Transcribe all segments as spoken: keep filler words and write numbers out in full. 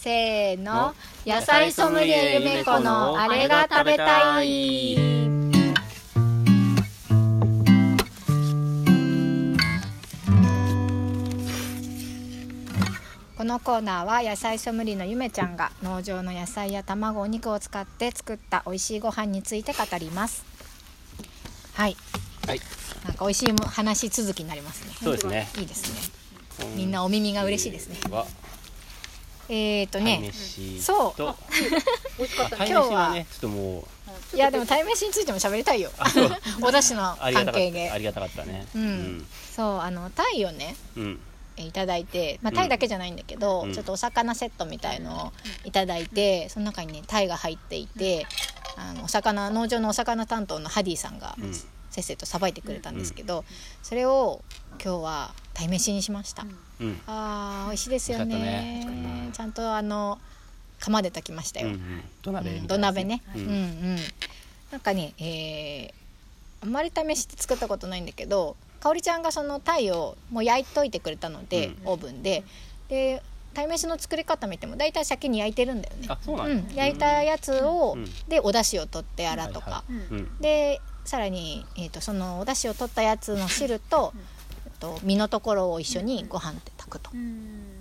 せーの、野菜ソムリエゆめこのあれが食べたい。このコーナーは野菜ソムリエのゆめちゃんが農場の野菜や卵、お肉を使って作った美味しいご飯について語ります。はい、はい、なんか美味しい話続きになりますね。 そうですね、 いいですね。みんなお耳が嬉しいですね。えーとね、そう今日はね、ちょっともういやでも鯛めしについても喋りたいよ。お出汁の関係でありがたかったね。 うん、そうあの鯛をね、うんいただいて、まあ、鯛だけじゃないんだけど、うん、ちょっとお魚セットみたいのをいただいて、その中にね鯛が入っていて、あのお魚農場のお魚担当のハディさんが、うん、せっせとさばいてくれたんですけど、うん、それを今日は鯛めしにしました。うん、あー美味しいですよ ね, ねちゃんとあの釜で炊きましたよ。うんうん、 土鍋みたいな、 土鍋ね、うんうん、なんかね、えー、あんまり鯛めしって作ったことないんだけど、かおりちゃんがその鯛をもう焼いといてくれたので、うん、オーブンでで鯛めしの作り方見てもだいたい先に焼いてるんだよね。 あ、そうなんだ。 うん、焼いたやつを、うん、でお出汁を取ってあらとか、はいはい、でさらに、えー、とそのお出汁を取ったやつの汁と、えっと、身のところを一緒にご飯で炊くと、うん、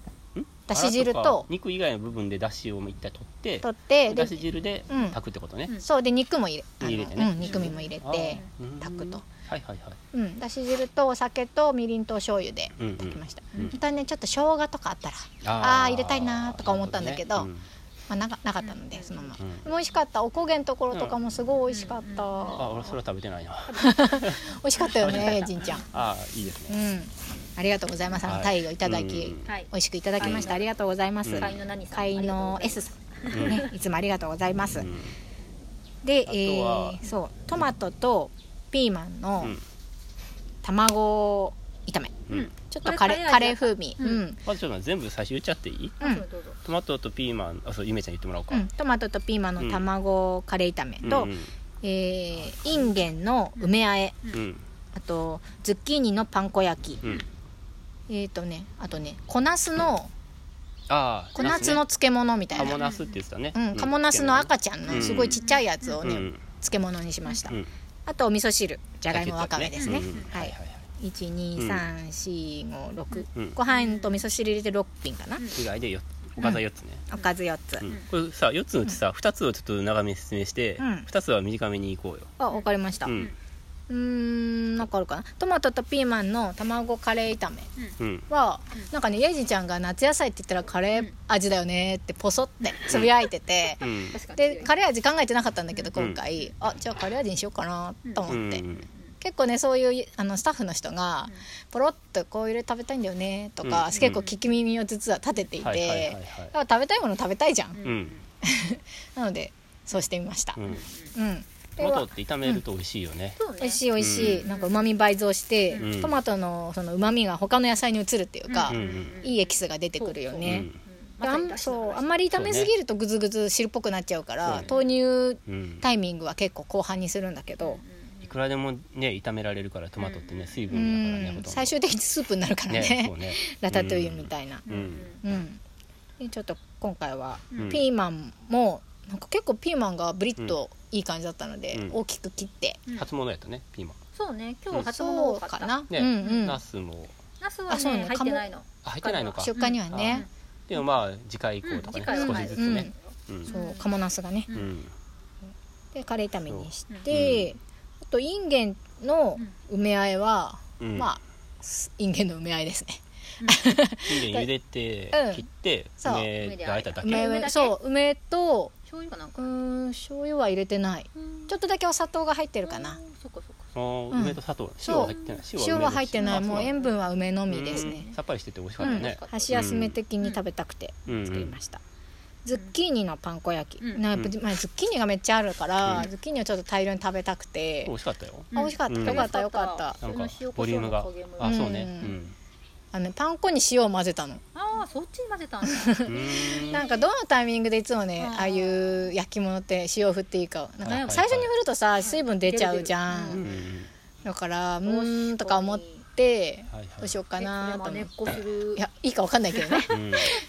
だし汁と肉以外の部分でだしを一体取って取ってだし汁で炊くってことね。 うん、そうで肉も入れ入れてね、 うん、肉身も入れて炊くと。 はいはいはい。 うん、だし汁とお酒とみりんとお醤油で炊きました。うんうん、本当はねちょっと生姜とかあったらああ入れたいなとか思ったんだけど、ね、うん、まあ、な, なかったのでそのまま、うん、美味しかった。おこげのところとかもすごい美味しかった。うん、 あ、俺それは食べてないな。 美味しかったよね、じんちゃん。 あ、いいですね。 うん、ありがとうございます。あの鯛をいただき、うん、美味しくいただきました。ありがとうございます。貝、うん、の何さん、貝の S さん、うん、ね、いつもありがとうございます。うん、で、えー、そうトマトとピーマンの、うん、卵炒め、うん、ちょっとカレー、カレー風味、うんうん、 まずちょっと全部最初言っちゃっていい？うん、トマトとピーマン、あ、そう、ゆめちゃん言ってもらおうか。うん、 トマトとピーマンの卵カレー炒めと、うんうん、えー、インゲンの梅あえ、うん、あとズッキーニのパン粉焼き、うん、えーとねあとね小ナスのあ小ナスの漬物みたいな、 カモナスって言ってたね。 うん、カモナスの赤ちゃんのすごいちっちゃいやつをね、うん、漬物にしました。うん、あとお味噌汁、じゃがいもわかめですね。はい。いち、に、さん、し、ご、ろく、うん、ご飯と味噌汁入れてろっぴんかな。 以外でよおかずよっつね。 うん、おかずよっつ。うん、 これさよっつのうちさ、うん、ふたつをちょっと長めに説明して、うん、ふたつは短めにいこうよ。 あ、わかりました。うん。うーん、なんかあるかな。トマトとピーマンの卵カレー炒めは、うん、なんかね、やじちゃんが夏野菜って言ったらカレー味だよねってポソってつぶやいてて、うん、でカレー味考えてなかったんだけど今回、うん、あ、じゃあカレー味にしようかなと思って、うん、結構ねそういうあのスタッフの人がポロッとこういう食べたいんだよねとか、うん、結構聞き耳を実は立てていて、だから食べたいもの食べたいじゃん、うん、なのでそうしてみました。うん、うんトマトって炒めると美味しいよね。 美味しい美味しい、うん、なんか旨味倍増して、うん、トマトのその旨味が他の野菜に移るっていうか、うん、いいエキスが出てくるよね。そうそう、うん、あん、そうあんまり炒めすぎるとグズグズ汁っぽくなっちゃうから、ね、豆乳タイミングは結構後半にするんだけど、 いくらでもね炒められるからトマトってね水分だからね、ほとんど最終的にスープになるからね、ね、そうねラタトゥイユみたいな、うんうん、でちょっと今回はピーマンもなんか結構ピーマンがブリッといい感じだったので、うん、大きく切って、 うん、初物やったねピーマン。 そうね、今日初物多かった、うん、かな、 ね、うんうん、ナスもナスは ね, ね入ってないの。 あ、入ってないのか。 出荷にはね、 うん、でもまあ次回以降とかね、うん、少しずつね、 うんうん、そうカモナスがね、うん、でカレー炒めにして、うん、あとインゲンの梅あえは、うん、まあインゲンの梅あえですね。 インゲン茹でて、うん、切って梅であえただけ。 梅そう梅と醤油かなんか。 うーん、醤油は入れてない。ちょっとだけお砂糖が入ってるかな。 そっかそっか。 あ、梅と砂糖、塩は入ってない。 塩は入ってない。もう塩分は梅のみですね。 さっぱりしてて美味しかったね。 うん、箸休め的に食べたくて作りました。うん、ズッキーニのパン粉焼き。うん、なまあ、ズッキーニがめっちゃあるから、うん、ズッキーニをちょっと大量に食べたくて。 美味しかったよ。 あ、美味しかった。よかったよかった。 なんかボリュームが。あ、そうね。うん。 あのね、パン粉に塩を混ぜたの。 ああ、そっちに混ぜたんだ。 なんかどのタイミングでいつもね、ああいう焼き物って塩を振っていいか、なんか最初に振るとさ、水分出ちゃうじゃん。だからうーんとか思ってどうしようかなと思って、いやいいか分かんないけどね。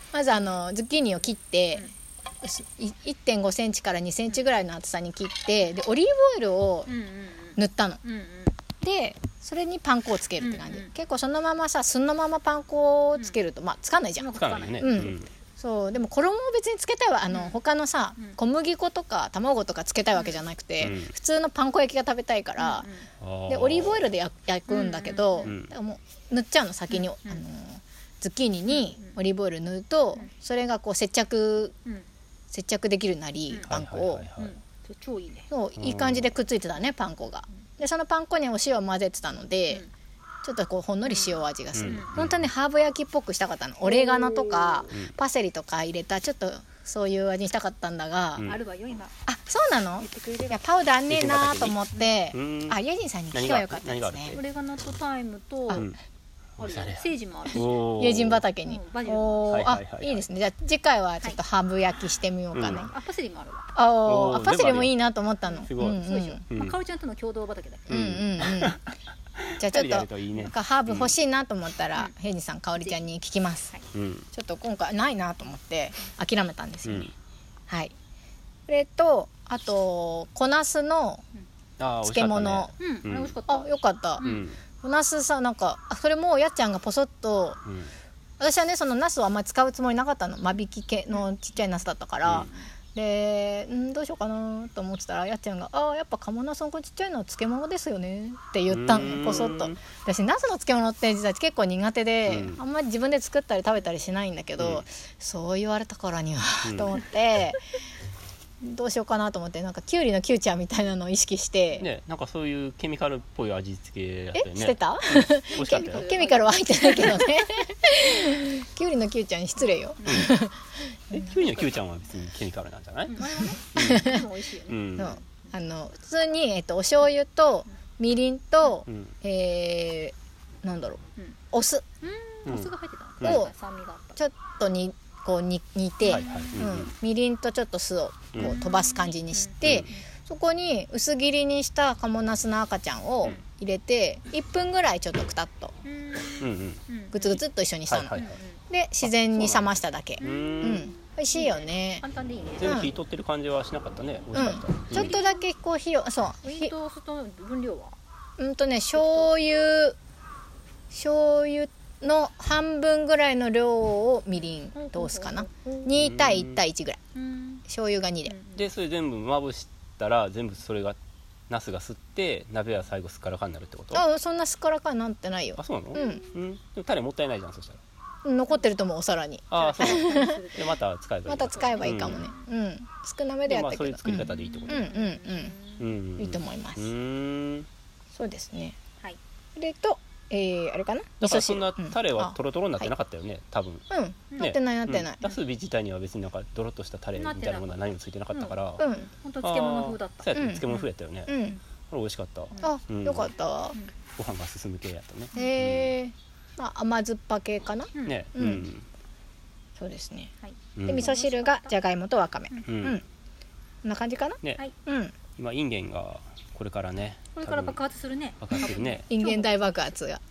まずあのズッキーニを切って、うん、いってんごセンチからにセンチぐらいの厚さに切ってでオリーブオイルを塗ったの、うんうんうん、でそれにパン粉をつけるって感じ、うんうん、結構そのままさ素のままパン粉をつけると、うん、まあつかないじゃん、 つかないね、 うんうん、そうでも衣を別につけたいわあの、うん、他のさ、うん、小麦粉とか卵とかつけたいわけじゃなくて、うん、普通のパン粉焼きが食べたいから、うんうん、でオリーブオイルで焼くんだけど、うんうん、だからもう塗っちゃうの先に、うん、あのズッキーニにオリーブオイル塗ると、うん、それがこう接着、うん、接着できるようになり、うん、パン粉を、はいはいはいはい、 超いいね、 そういい感じでくっついてたねパン粉が。でそのパン粉にお塩を混ぜてたので、うんちょっとこうほんのり塩味がする、うん、本当はねハーブ焼きっぽくしたかったの。オレガノとかパセリとか入れたちょっとそういう味にしたかったんだが、 うん、あるわよ今。 あそうなの？いやパウダーあんねえなと思って、あイェジンさんに聞けばよかったですね。 オレガノとタイムと、うん、あるセージもあるしイェジン畑に、うん、バジルもある。あいいですね。じゃあ次回はちょっとハーブ焼きしてみようかね、 はいうん、あパセリもあるわ。 ああパセリもいいなと思ったの。 すごい、うんうんそうでしょ、まあ、かおちゃんとの共同畑だけど、 うんうんうんじゃあちょっとなんかハーブ欲しいなと思ったら、うん、ヘイジさんかおりちゃんに聞きます、うん、ちょっと今回ないなと思って諦めたんですよね、うん、はいそれとあと小ナスの漬物、 うん、美味しかった、 あよかった、うん、小ナスさなんかそれもやっちゃんがポソッと、うん、私はねそのナスをあんまり使うつもりなかったの間引き系のちっちゃいナスだったから、うんでんどうしようかなと思ってたらやっちゃんがあやっぱ鴨ナスのちっちゃいのは漬物ですよねって言ったのポソッと。私ナスの漬物って実は結構苦手で、うん、あんまり自分で作ったり食べたりしないんだけど、うん、そう言われたからにはと思って、うん、どうしようかなと思ってなんかキュウリのキュウちゃんみたいなのを意識してねなんかそういうケミカルっぽい味付けやったよね。 えしてた、 うん、美味しかったよケミカルは入ってないけどねキュウリのキュウちゃんに失礼よ、 うんえキュウリのキュウちゃんは別にケミカルなんじゃない？うん、 でも美味しいよね、うん、 そうあの普通に、えっと、お醤油とみりんと、うん、えー、なんだろう、うん、お酢、 うん、お酢が入ってたの、 をちょっとにこうに煮て、はいはいうん、みりんとちょっと酢をこう飛ばす感じにして、うん、そこに薄切りにした鴨ナスの赤ちゃんを入れていっぷんぐらいちょっとくたっと、うん、グツグツっと一緒にしたの、はいはいはいで自然に冷ましただけ。うん、うん、美味しいよね。 簡単でいいね。 全部火取ってる感じはしなかったね。美味しかった。うん、 ちょっとだけこう火をそう。 ウィントーストの分量は？ うんとね醤油醤油の半分ぐらいの量をみりん通すかな。に対いち対いちぐらい。醤油がにで。 でそれ全部まぶしたら全部それがナスが吸って鍋は最後すっからかになるってこと？ あそんなすっからかになってないよ。 あそうなの？ うん。うん、 でもタレもったいないじゃんそしたら。 残ってると思うお皿に。 ああそうでまた使えばいい。 また使えばいいかもね。うん。うん、少なめでやったけど。 まあそういう作り方でいいってこと。 うんうんうん。うん、いいと思います。うん。そうですね。はい。それと、えー、あれかな。 だからそんなタレはトロトロになってなかったよね、多分。 うん。なってないなってない。 ナスビ自体には別になんかドロッとしたタレみたいなものは何もついてなかったから。 うん。本当漬物風だった。 そうやって漬物風やったよね。うん。これ美味しかった。 あ、よかったわ。 ご飯が進む系やったね。 へえ。まあ甘酸っぱ系かな。 ね。うん。 そうですね。で味噌汁がじゃがいもとわかめ。うん。こんな感じかな。 ね。うん。今インゲンがこれからね。 これから爆発するね。 爆発するね。 インゲン大爆発が。 うん。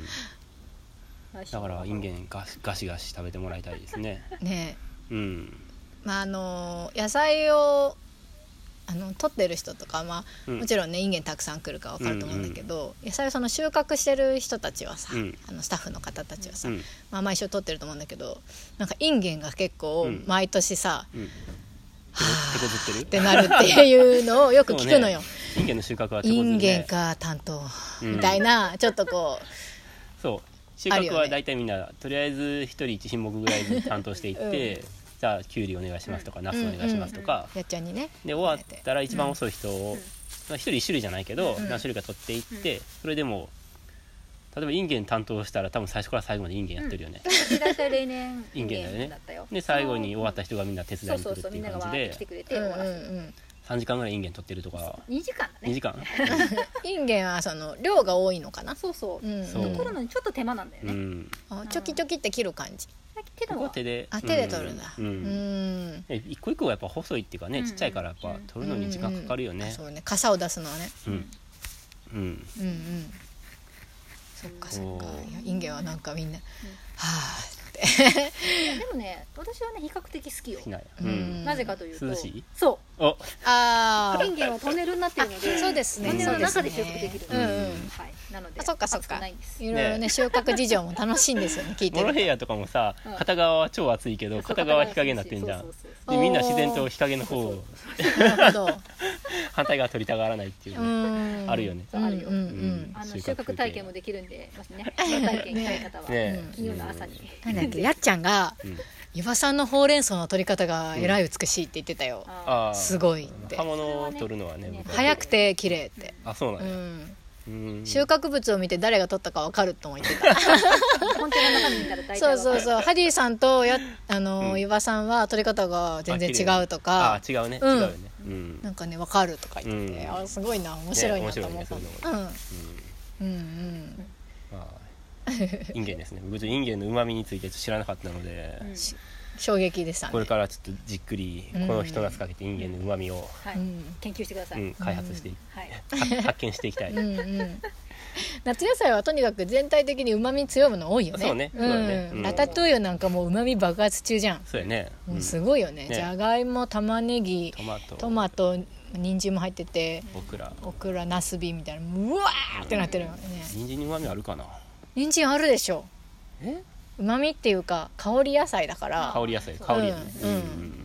だからインゲンガシガシガシ食べてもらいたいですね。 ね。 うん。 まああの野菜をあの取ってる人とか、まあうん、もちろんねインゲンたくさん来るか分かると思うんだけど、うんうん、野菜をその収穫してる人たちはさ、うん、あのスタッフの方たちはさ、うんまあ、毎週取ってると思うんだけどなんかインゲンが結構毎年さ、うんうん、はぁってなるっていうのをよく聞くのよ。 ね、インゲンの収穫はインゲンか担当、うん、みたいなちょっとこうそう収穫は大体みんな、ね、とりあえずひとりいち品目ぐらいで担当していって、うんじゃあきゅうりお願いしますとか、うん、ナスお願いしますとか、 うんうん、やっちゃんにねで終わったら一番遅い人を、うんまあ、ひとりいち種類じゃないけど、うん、何種類か取っていって、うん、それでも例えばインゲン担当したら多分最初から最後までインゲンやってるよね、 うん、大体例年インゲンだよねで最後に終わった人がみんな手伝いに来るっていう感じでさんじかんぐらいインゲン取ってるとかにじかんだねにじかんインゲンはその量が多いのかなそうそう、うん、そう取るのにちょっと手間なんだよね、うん、 あチョキチョキって切る感じ手で手であ手で取るんだ、 うんうん、一個一個がやっぱ細いっていうかね、うん、ちっちゃいからやっぱ取るのに時間かかるよね、 うんうん、そうね傘を出すのはね、 うんうん、うんうんそっかそっかいやインゲンはなんかみんな、うん、はってでもね私はね比較的好きよ。 好きなんや、 うん、 なぜかというと涼しい。 そうおあインゲンはトンネルになってるのでそうですねトンネルの中で収穫できる、 うんうん、 はいなのであそっかそっかないんです。 いろいろね収穫事情も楽しいんですよね聞いてるモロヘイヤとかもさ、 うん、 片側は超暑いけど片側は日陰になってんじゃん。でみんな自然と日陰の方をなるほど反対側取りたがらないっていうね、あるよね。 あるよ、 うんうんうん、 あの収穫体験もできるんでますね。体験したい方は、ね、金曜の朝に、 なんだっけやっちゃんが、うん、湯葉さんのほうれん草の取り方がえらい美しいって言ってたよ、うん、すごいって刃物を取るのはね、ね早くて綺麗って。 あそうなんや、 うんうん収穫物を見て誰が取ったか分かるとも言ってたそうそうそうハディさんとやあの、うん、湯葉さんは取り方が全然違うとかあ違うね、うん、違うよね、 うん、なんかね分かるとか言ってて、うん、あすごいな面白いなと思った、ねねうん、うんうんまあインゲンですね。僕インゲンの旨味について知らなかったので、うん、 衝撃でしたね。 これからちょっとじっくりこの一夏かけてインゲンの旨味を、 はい、研究してください、 うん、開発して、うんはい、 発見していきたい。うんうん夏野菜はとにかく全体的にうまみ強いもの多いよね。 そうね、そうだね、 うん、ラタトゥーユなんかもううまみ爆発中じゃん。 そうやね、 もうすごいよね。じゃがいも玉ねぎトマトトマト人参も入っててオクラオクラナスビみたいなうわーってなってるよね。 人参にうまみあるかな。 人参あるでしょ。 えうまみっていうか香り野菜だから香り野菜香り、うんうんうん、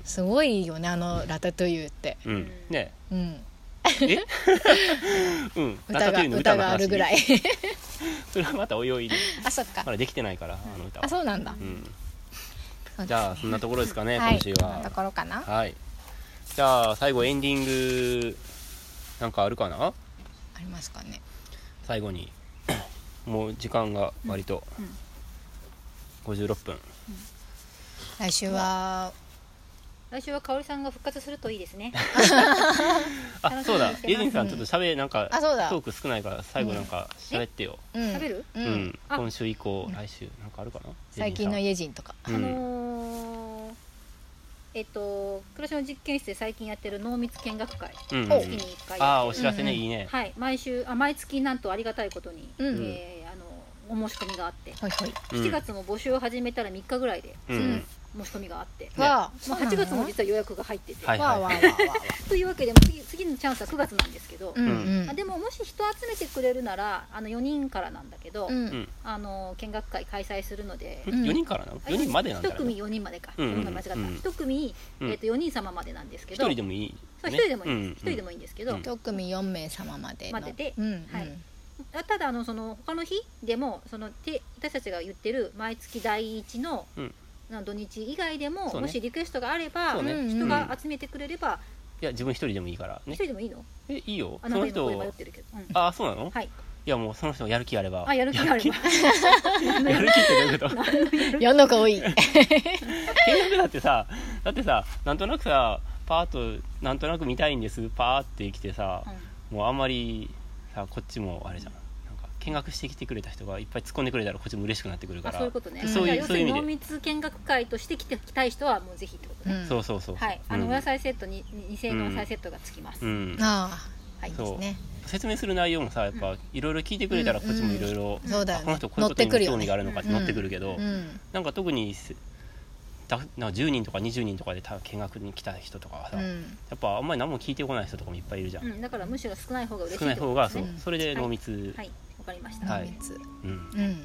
すごいよねあのラタトゥーユって、 うんねうんえうん、 歌が歌があるぐらいそれはまたおいおいであそっかまだできてないからあの歌はあそうなんだ、 うん、じゃあそんなところですかね、 はい、 今週はそんなところかな。 はいじゃあ最後エンディングなんかあるかな。ありますかね。 最後にもう時間が割とごじゅうろっぷん、うんうん、 来週は来週は香織さんが復活するといいですねあそうだエジンさんちょっとしゃべなんかトーク少ないから最後なんかしゃべってよ。 しゃべる、 うんうん、今週以降、うん、来週なんかあるかな。 最近のイェジンとか、 うん、あのー、えっと暮らしの実験室で最近やってる濃密見学会、 うんうん、 月にいっかいあお知らせね、うんうん、いいね。 はい毎週あ毎月なんとありがたいことに、うんえー、あのお申し込みがあって、はいはい、しちがつも募集を始めたらみっかぐらいで、うんうん申し込みがあって、ね、まあ、はちがつも実は予約が入ってて、はいはい、というわけで次、次のチャンスはくがつなんですけど、うんうん、でももし人集めてくれるならあのよにんからなんだけど、うん、あの見学会開催するので、 うん、よにんからなのよにんまでなんだろう。 いち組よにんまでか、うんうん、間違った、うん、いち組、えー、とよにん様までなんですけど、 ひとりでもいい、ね、 そうひとりでもいいんです、うんうん、ひとりでもいいんですけど、 いち組よんめい様までのまでで、 うんはい、ただあのその他の日でもそのて私たちが言ってる毎月だいいちの、うん土日以外でも、ね、もしリクエストがあれば、ね、人が集めてくれれば、うん、いや自分一人でもいいからね。 一人でもいいの？ えいいよ。 あなた今声迷ってるけど、うん、 あそうなの？ はい。いやもうその人がやる気あれば。 あやる気あれば。 やる気ってどういうこと？ やんのか多い。 見学だってさだってさなんとなくさパーッとなんとなく見たいんですパーって来てさ、うん、もうあんまりさこっちもあれじゃん。見学してきてくれた人がいっぱい突っ込んでくれたらこっちも嬉しくなってくるから。 そういうことね。 そういうそういう意味で。 濃密見学会として来てきたい人はもうぜひってことね。 うん、そうそうそう。 はい。あのお野菜セットににせんえんのお野菜セットがつきます。 うん。 ああはいですね。 説明する内容もさやっぱいろいろ聞いてくれたらこっちもいろいろこの人こういうことに興味があるのかって乗ってくるけど、なんか特にだなんかじゅうにんとかにじゅうにんとかで見学に来た人とかはさ、うん、やっぱあんまり何も聞いてこない人とかもいっぱいいるじゃん。 うん、だからむしろ少ない方が嬉しい、 ね。少ない方がそう、それで濃密。 はい。はいわかりました。 濃密、はいうんうん、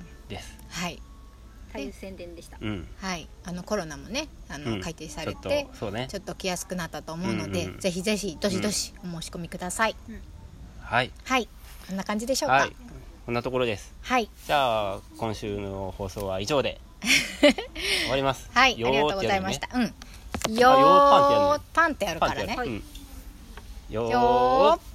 です。 はい。 という宣伝でした。 うん、 はい。あのコロナもね、あの、うん、改定されて、ちょっと、 そうね、 ちょっと来やすくなったと思うので、うんうん、ぜひぜひどしどしお申し込みください。 うん、はい。 はい。こんな感じでしょうか。 はい。こんなところです。 はい。 じゃあ今週の放送は以上で終わります。 はい。ありがとうございました。うん。よーパンってやるからね。 よー。